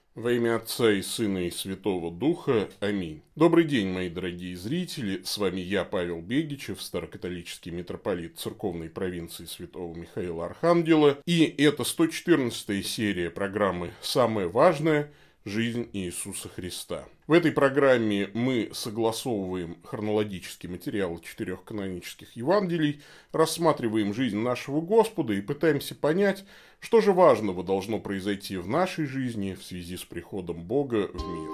Во имя Отца и Сына и Святого Духа. Аминь. Добрый день, мои дорогие зрители. С вами я, Павел Бегичев, старокатолический митрополит церковной провинции Святого Михаила Архангела. И это 114-я серия программы «Самое важное. Жизнь Иисуса Христа». В этой программе мы согласовываем хронологические материалы 4 канонических Евангелий, рассматриваем жизнь нашего Господа и пытаемся понять, что же важного должно произойти в нашей жизни в связи с приходом Бога в мир.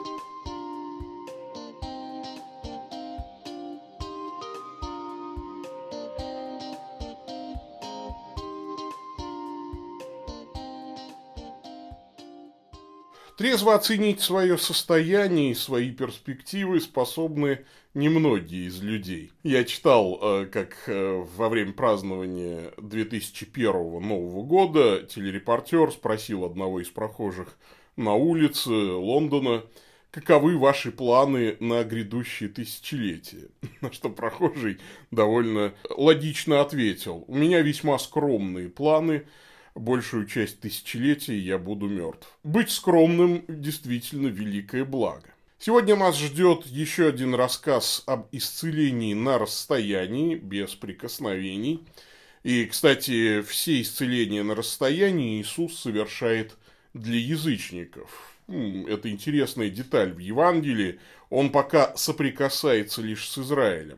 Трезво оценить свое состояние и свои перспективы способны немногие из людей. Я читал, как во время празднования 2001 Нового года телерепортер спросил одного из прохожих на улице Лондона, каковы ваши планы на грядущее тысячелетие? На что прохожий довольно логично ответил: у меня весьма скромные планы. Большую часть тысячелетия я буду мертв. Быть скромным действительно великое благо. Сегодня нас ждет еще один рассказ об исцелении на расстоянии, без прикосновений. И, кстати, все исцеления на расстоянии Иисус совершает для язычников. Это интересная деталь в Евангелии. Он пока соприкасается лишь с Израилем.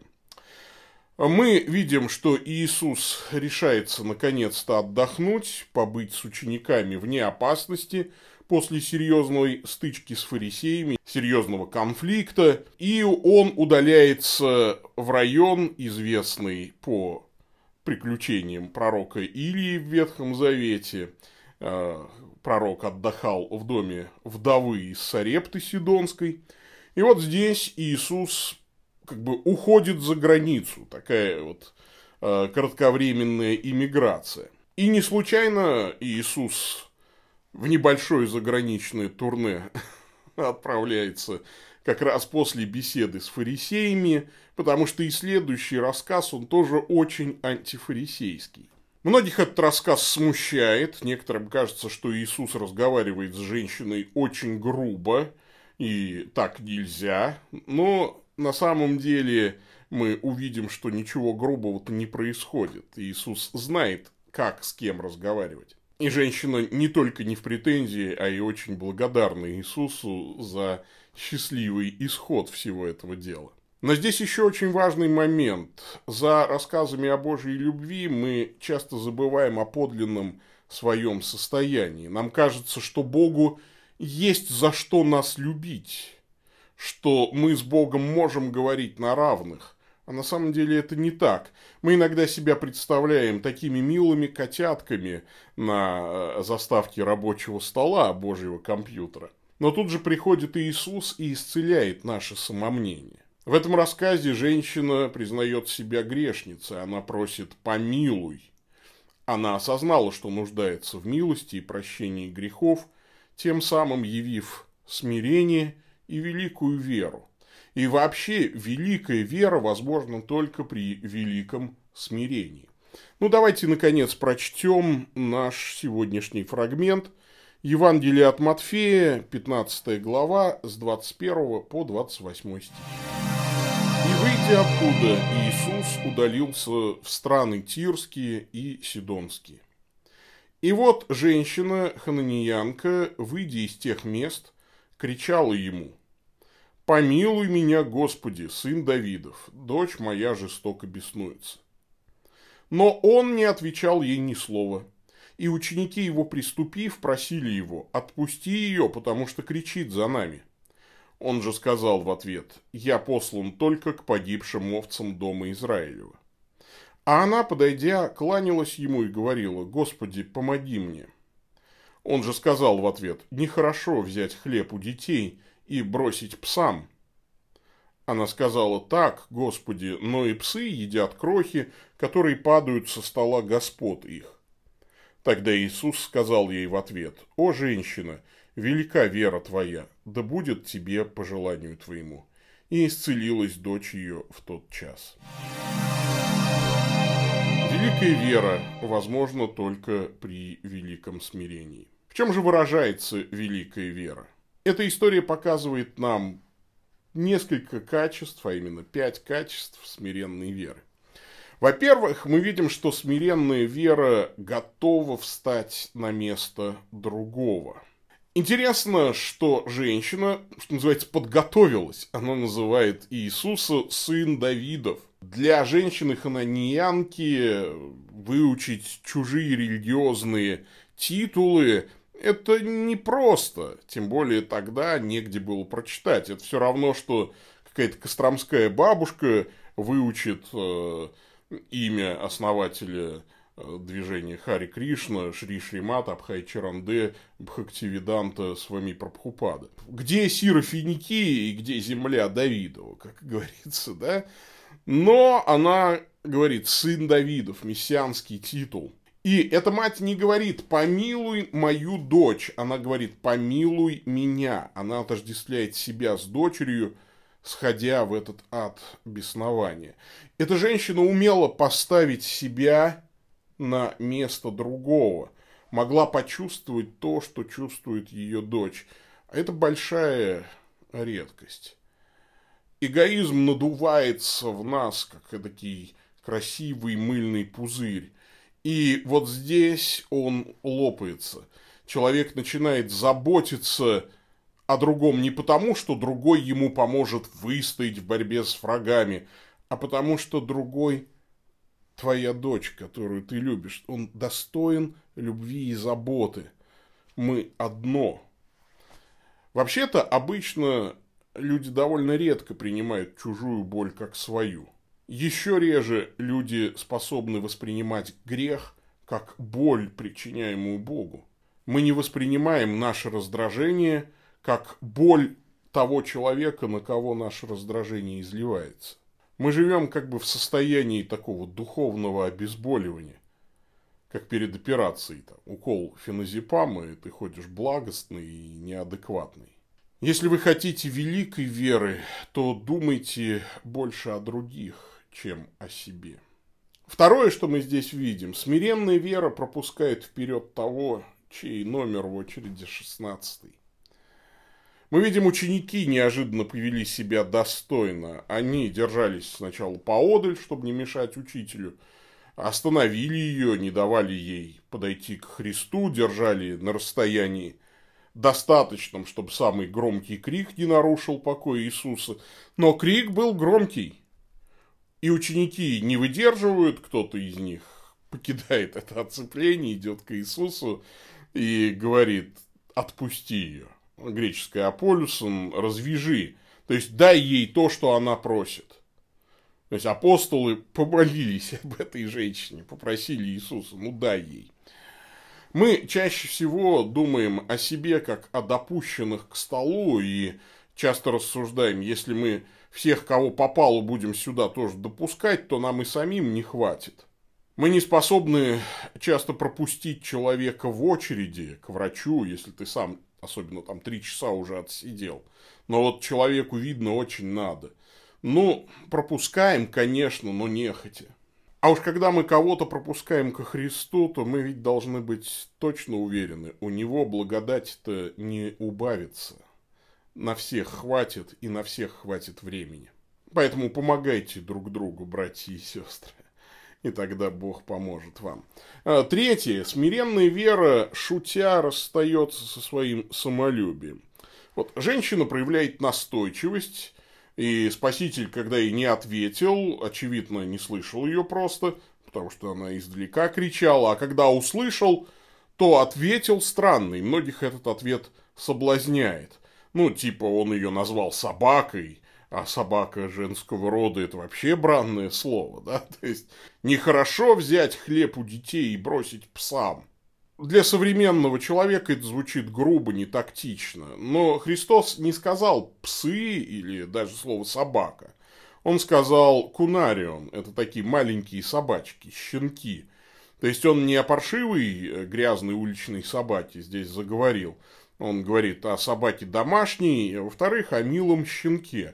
Мы видим, что Иисус решается наконец-то отдохнуть, побыть с учениками вне опасности после серьезной стычки с фарисеями, серьезного конфликта, и он удаляется в район, известный по приключениям пророка Илии в Ветхом Завете. Пророк отдыхал в доме вдовы из Сарепты Сидонской. И вот здесь Иисус уходит за границу, такая вот кратковременная иммиграция. И не случайно Иисус в небольшое заграничное турне отправляется как раз после беседы с фарисеями, потому что и следующий рассказ, он тоже очень антифарисейский. Многих этот рассказ смущает, некоторым кажется, что Иисус разговаривает с женщиной очень грубо, и так нельзя, но на самом деле мы увидим, что ничего грубого-то не происходит. Иисус знает, как с кем разговаривать. И женщина не только не в претензии, а и очень благодарна Иисусу за счастливый исход всего этого дела. Но здесь еще очень важный момент. За рассказами о Божьей любви мы часто забываем о подлинном своем состоянии. Нам кажется, что Богу есть за что нас любить, что мы с Богом можем говорить на равных. А на самом деле это не так. Мы иногда себя представляем такими милыми котятками на заставке рабочего стола Божьего компьютера. Но тут же приходит Иисус и исцеляет наше самомнение. В этом рассказе женщина признает себя грешницей. Она просит «помилуй». Она осознала, что нуждается в милости и прощении грехов, тем самым явив смирение и великую веру. И вообще, великая вера возможна только при великом смирении. Давайте, наконец, прочтем наш сегодняшний фрагмент. Евангелие от Матфея, 15 глава, с 21 по 28 стих. «И, выйдя оттуда, Иисус удалился в страны Тирские и Сидонские. И вот женщина, хананиянка, выйдя из тех мест, кричала ему: «Помилуй меня, Господи, сын Давидов, дочь моя жестоко беснуется». Но он не отвечал ей ни слова, и ученики его, приступив, просили его: «Отпусти ее, потому что кричит за нами». Он же сказал в ответ: «Я послан только к погибшим овцам дома Израилева». А она, подойдя, кланялась ему и говорила: «Господи, помоги мне». Он же сказал в ответ: «Нехорошо взять хлеб у детей и бросить псам». Она сказала: «Так, Господи, но и псы едят крохи, которые падают со стола господ их». Тогда Иисус сказал ей в ответ: «О, женщина, велика вера твоя, да будет тебе по желанию твоему». И исцелилась дочь ее в тот час. Великая вера возможна только при великом смирении. В чем же выражается великая вера? Эта история показывает нам несколько качеств, а именно 5 качеств смиренной веры. Во-первых, мы видим, что смиренная вера готова встать на место другого. Интересно, что женщина, что называется, подготовилась. Она называет Иисуса сын Давидов. Для женщины-хананеянки выучить чужие религиозные титулы – это непросто. Тем более тогда негде было прочитать. Это все равно, что какая-то костромская бабушка выучит имя основателя движения Хари Кришна, Шри Шримат, Абхай Чаранде, Бхактивиданта, Свами Прабхупада. Где Сиро-Финикия и где земля Давидова, как говорится, да? Но она говорит «сын Давидов», мессианский титул. И эта мать не говорит «помилуй мою дочь», она говорит «помилуй меня». Она отождествляет себя с дочерью, сходя в этот ад беснования. Эта женщина умела поставить себя на место другого, могла почувствовать то, что чувствует ее дочь. А это большая редкость. Эгоизм надувается в нас, как эдакий красивый мыльный пузырь. И вот здесь он лопается. Человек начинает заботиться о другом не потому, что другой ему поможет выстоять в борьбе с врагами, а потому что другой твоя дочь, которую ты любишь. Он достоин любви и заботы. Мы одно. Вообще-то, обычно люди довольно редко принимают чужую боль как свою. Еще реже люди способны воспринимать грех как боль, причиняемую Богу. Мы не воспринимаем наше раздражение как боль того человека, на кого наше раздражение изливается. Мы живем как бы в состоянии такого духовного обезболивания, как перед операцией. Там, укол феназепама, и ты ходишь благостный и неадекватный. Если вы хотите великой веры, то думайте больше о других, чем о себе. Второе, что мы здесь видим. Смиренная вера пропускает вперед того, чей номер в очереди 16-й. Мы видим, ученики неожиданно повели себя достойно. Они держались сначала поодаль, чтобы не мешать учителю, остановили ее, не давали ей подойти к Христу, держали на расстоянии достаточном, чтобы самый громкий крик не нарушил покой Иисуса. Но крик был громкий. И ученики не выдерживают, кто-то из них покидает это оцепление, идет к Иисусу и говорит: отпусти ее. Греческое аполюсон, развяжи. То есть, дай ей то, что она просит. То есть, апостолы помолились об этой женщине, попросили Иисуса, дай ей. Мы чаще всего думаем о себе как о допущенных к столу и часто рассуждаем, если мы всех, кого попало, будем сюда тоже допускать, то нам и самим не хватит. Мы не способны часто пропустить человека в очереди к врачу, если ты сам, особенно там 3 часа уже отсидел. Но вот человеку, видно, очень надо. Пропускаем, конечно, но нехотя. А уж когда мы кого-то пропускаем ко Христу, то мы ведь должны быть точно уверены, у него благодать-то не убавится. На всех хватит, и на всех хватит времени. Поэтому помогайте друг другу, братья и сестры. И тогда Бог поможет вам. Третье. Смиренная вера, шутя, расстается со своим самолюбием. Вот женщина проявляет настойчивость, и Спаситель, когда ей не ответил, очевидно, не слышал ее просто, потому что она издалека кричала, а когда услышал, то ответил странно, и многих этот ответ соблазняет. Он ее назвал собакой, а собака женского рода – это вообще бранное слово, да? То есть, нехорошо взять хлеб у детей и бросить псам. Для современного человека это звучит грубо, не тактично. Но Христос не сказал «псы» или даже слово «собака». Он сказал «кунарион» – это такие маленькие собачки, щенки. То есть, он не о паршивой, грязной уличной собаке здесь заговорил. Он говорит о собаке домашней, а во-вторых, о милом щенке.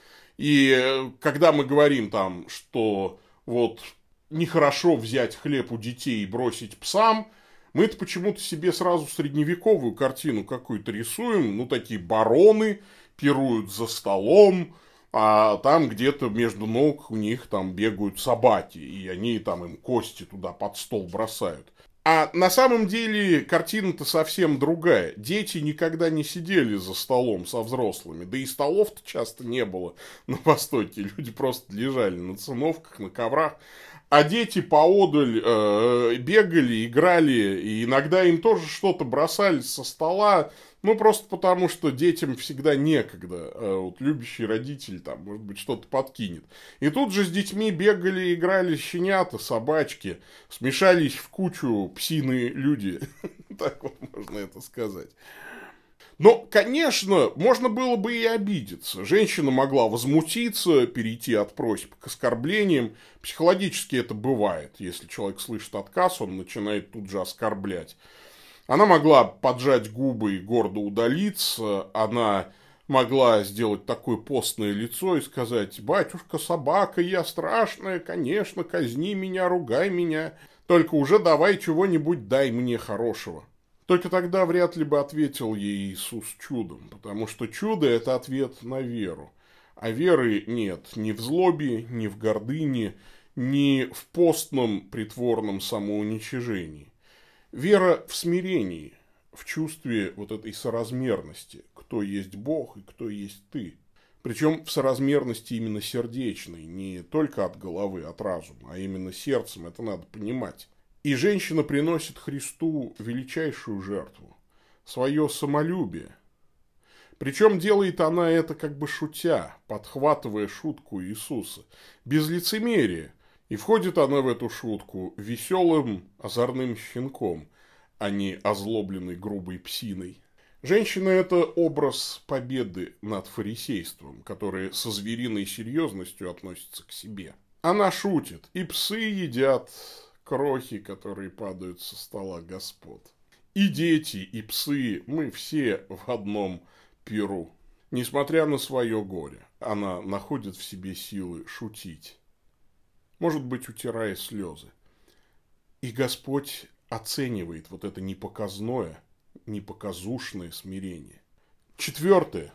И когда мы говорим там, что вот нехорошо взять хлеб у детей и бросить псам, Мы-то почему-то себе сразу средневековую картину какую-то рисуем, ну, такие бароны пируют за столом, а там где-то между ног у них там бегают собаки, и они там им кости туда под стол бросают. А на самом деле картина-то совсем другая. Дети никогда не сидели за столом со взрослыми. Да и столов-то часто не было на Востоке. Люди просто лежали на циновках, на коврах. А дети поодаль бегали, играли. И иногда им тоже что-то бросали со стола. Ну, просто потому, что детям всегда некогда. Вот любящий родитель там, может быть, что-то подкинет. И тут же с детьми бегали, играли щенята, собачки. Смешались в кучу псиные люди. Так вот можно это сказать. Но, конечно, можно было бы и обидеться. Женщина могла возмутиться, перейти от просьб к оскорблениям. Психологически это бывает. Если человек слышит отказ, он начинает тут же оскорблять. Она могла поджать губы и гордо удалиться. Она могла сделать такое постное лицо и сказать: «Батюшка, собака, я страшная, конечно, казни меня, ругай меня. Только уже давай чего-нибудь дай мне хорошего». Только тогда вряд ли бы ответил ей Иисус чудом, потому что чудо – это ответ на веру. А веры нет ни в злобе, ни в гордыне, ни в постном притворном самоуничижении. Вера в смирении, в чувстве вот этой соразмерности, кто есть Бог и кто есть ты. Причем в соразмерности именно сердечной, не только от головы, от разума, а именно сердцем, это надо понимать. И женщина приносит Христу величайшую жертву, свое самолюбие. Причем делает она это как бы шутя, подхватывая шутку Иисуса, без лицемерия. И входит она в эту шутку веселым, озорным щенком, а не озлобленной грубой псиной. Женщина – это образ победы над фарисейством, которое со звериной серьезностью относится к себе. Она шутит, и псы едят крохи, которые падают со стола господ. И дети, и псы, мы все в одном пиру. Несмотря на свое горе, она находит в себе силы шутить. Может быть, утирая слезы. И Господь оценивает вот это непоказное, непоказушное смирение. Четвертое.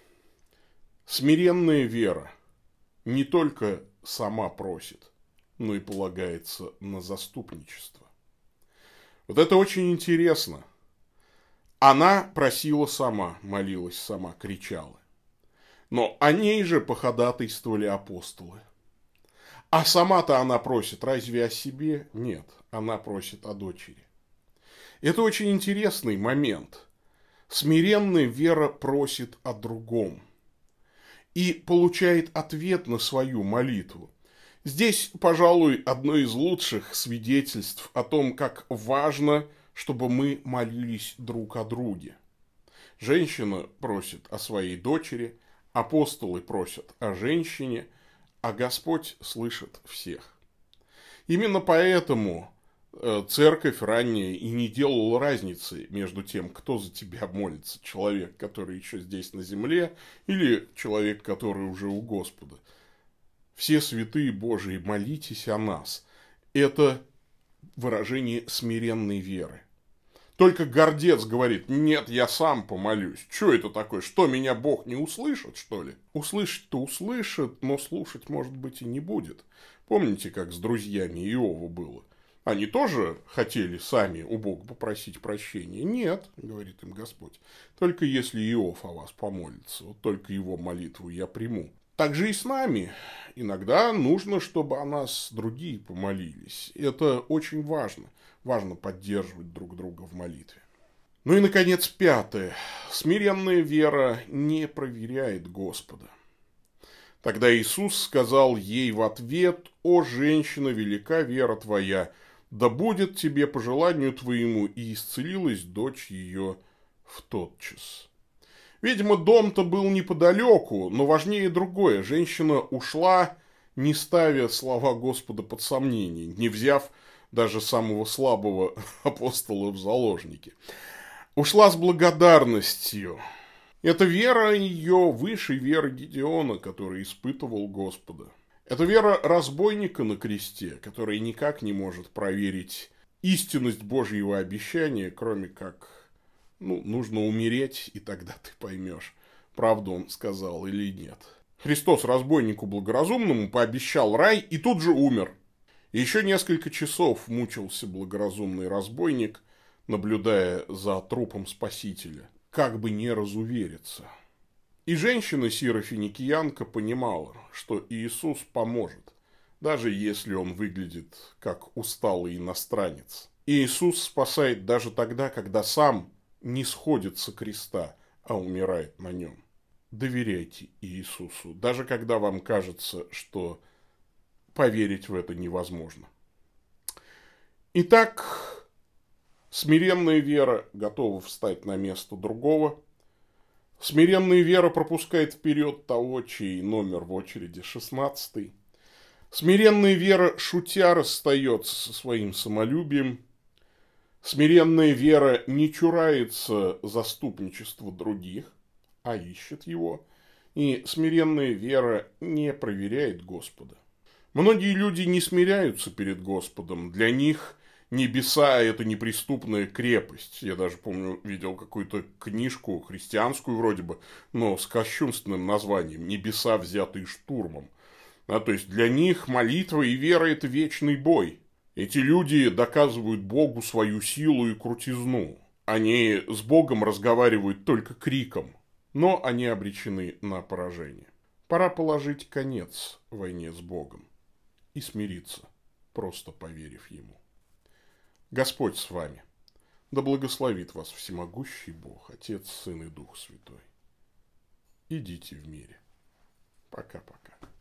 Смиренная вера не только сама просит, но и полагается на заступничество. Вот это очень интересно. Она просила сама, молилась сама, кричала. Но о ней же походатайствовали апостолы. А сама-то она просит разве о себе? Нет, она просит о дочери. Это очень интересный момент. Смиренная вера просит о другом. И получает ответ на свою молитву. Здесь, пожалуй, одно из лучших свидетельств о том, как важно, чтобы мы молились друг о друге. Женщина просит о своей дочери, апостолы просят о женщине, а Господь слышит всех. Именно поэтому церковь ранее и не делала разницы между тем, кто за тебя молится. Человек, который еще здесь на земле, или человек, который уже у Господа. Все святые Божии, молитесь о нас. Это выражение смиренной веры. Только гордец говорит: нет, я сам помолюсь. Что это такое? Что, меня Бог не услышит, что ли? Услышать-то услышит, но слушать, может быть, и не будет. Помните, как с друзьями Иова было? Они тоже хотели сами у Бога попросить прощения? Нет, говорит им Господь. Только если Иов о вас помолится, вот только его молитву я приму. Так же и с нами. Иногда нужно, чтобы о нас другие помолились. Это очень важно. Важно поддерживать друг друга в молитве. Ну и, наконец, пятое. Смиренная вера не проверяет Господа. Тогда Иисус сказал ей в ответ: «О, женщина, велика вера твоя, да будет тебе по желанию твоему». И исцелилась дочь ее в тот час. Видимо, дом-то был неподалеку, но важнее другое. Женщина ушла, не ставя слова Господа под сомнение, не взяв даже самого слабого апостола в заложники. Ушла с благодарностью. Это вера ее выше веры Гедеона, который испытывал Господа. Это вера разбойника на кресте, который никак не может проверить истинность Божьего обещания, кроме как, нужно умереть, и тогда ты поймешь, правду он сказал или нет. Христос разбойнику благоразумному пообещал рай и тут же умер. Еще несколько часов мучился благоразумный разбойник, наблюдая за трупом Спасителя, как бы не разувериться. И женщина сирофиникиянка понимала, что Иисус поможет, даже если он выглядит как усталый иностранец. Иисус спасает даже тогда, когда сам не сходит со креста, а умирает на нем. Доверяйте Иисусу, даже когда вам кажется, что поверить в это невозможно. Итак, смиренная вера готова встать на место другого. Смиренная вера пропускает вперед того, чей номер в очереди 16-й. Смиренная вера, шутя, расстается со своим самолюбием. Смиренная вера не чурается заступничества других, а ищет его. И смиренная вера не проверяет Господа. Многие люди не смиряются перед Господом. Для них небеса – это неприступная крепость. Я даже помню, видел какую-то книжку, христианскую вроде бы, но с кощунственным названием «Небеса, взятые штурмом». То есть для них молитва и вера – это вечный бой. Эти люди доказывают Богу свою силу и крутизну. Они с Богом разговаривают только криком, но они обречены на поражение. Пора положить конец войне с Богом и смириться, просто поверив Ему. Господь с вами. Да благословит вас всемогущий Бог, Отец, Сын и Дух Святой. Идите в мире. Пока-пока.